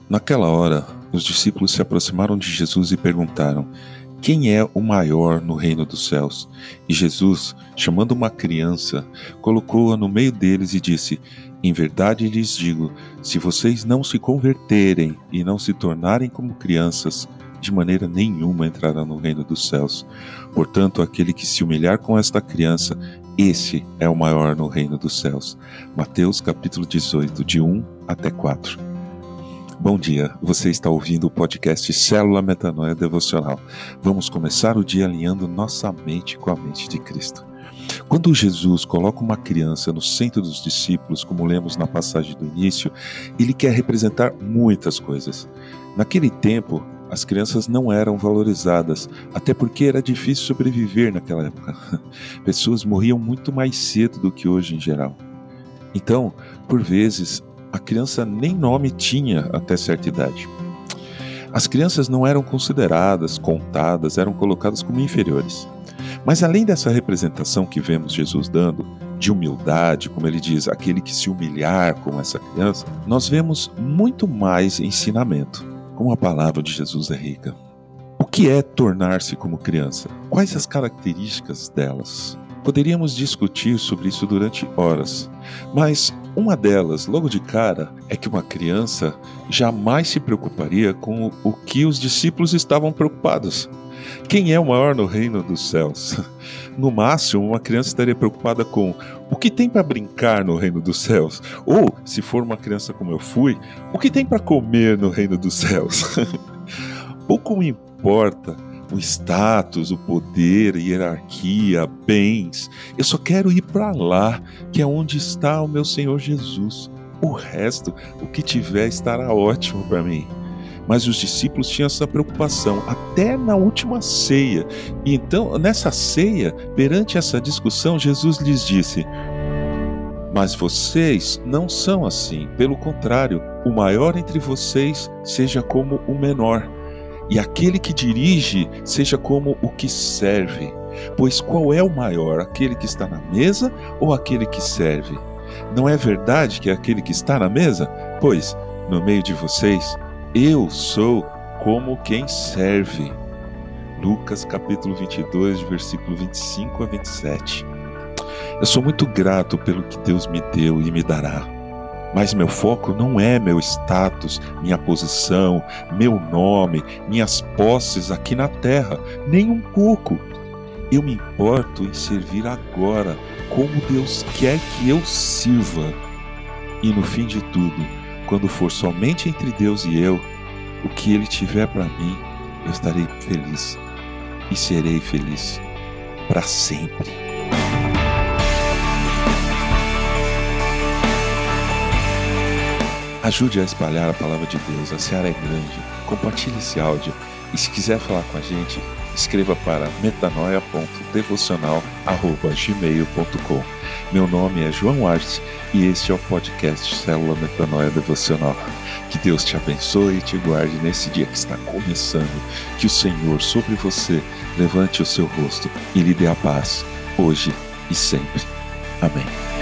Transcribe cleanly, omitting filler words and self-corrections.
Naquela hora, os discípulos se aproximaram de Jesus e perguntaram: quem é o maior no reino dos céus? E Jesus, chamando uma criança, colocou-a no meio deles e disse: em verdade lhes digo, se vocês não se converterem e não se tornarem como crianças, de maneira nenhuma entrarão no reino dos céus. Portanto, aquele que se humilhar com esta criança, esse é o maior no reino dos céus. Mateus capítulo 18, de 1 até 4. Bom dia, você está ouvindo o podcast Célula Metanoia Devocional. Vamos começar o dia alinhando nossa mente com a mente de Cristo. Quando Jesus coloca uma criança no centro dos discípulos, como lemos na passagem do início, ele quer representar muitas coisas. Naquele tempo, as crianças não eram valorizadas, até porque era difícil sobreviver naquela época. Pessoas morriam muito mais cedo do que hoje em geral. Então, por vezes, a criança nem nome tinha até certa idade. As crianças não eram consideradas, contadas, eram colocadas como inferiores. Mas além dessa representação que vemos Jesus dando, de humildade, como ele diz, aquele que se humilhar como essa criança, nós vemos muito mais ensinamento, como a palavra de Jesus é rica. O que é tornar-se como criança? Quais as características delas? Poderíamos discutir sobre isso durante horas, mas uma delas, logo de cara, é que uma criança jamais se preocuparia com o que os discípulos estavam preocupados. Quem é o maior no reino dos céus? No máximo, uma criança estaria preocupada com o que tem para brincar no reino dos céus? Ou, se for uma criança como eu fui, o que tem para comer no reino dos céus? Pouco me importa o status, o poder, a hierarquia, bens. Eu só quero ir para lá, que é onde está o meu Senhor Jesus. O resto, o que tiver, estará ótimo para mim. Mas os discípulos tinham essa preocupação, até na última ceia. E então, nessa ceia, perante essa discussão, Jesus lhes disse: mas vocês não são assim. Pelo contrário, o maior entre vocês seja como o menor. E aquele que dirige seja como o que serve. Pois qual é o maior, aquele que está na mesa ou aquele que serve? Não é verdade que é aquele que está na mesa? Pois, no meio de vocês, eu sou como quem serve. Lucas capítulo 22, versículo 25 a 27. Eu sou muito grato pelo que Deus me deu e me dará. Mas meu foco não é meu status, minha posição, meu nome, minhas posses aqui na terra, nem um pouco. Eu me importo em servir agora, como Deus quer que eu sirva. E no fim de tudo, quando for somente entre Deus e eu, o que Ele tiver para mim, eu estarei feliz e serei feliz para sempre. Ajude a espalhar a palavra de Deus, a seara é grande. Compartilhe esse áudio e se quiser falar com a gente, escreva para metanoia.devocional@gmail.com. Meu nome é João Arte e este é o podcast Célula Metanoia Devocional. Que Deus te abençoe e te guarde nesse dia que está começando. Que o Senhor sobre você levante o seu rosto e lhe dê a paz, hoje e sempre. Amém.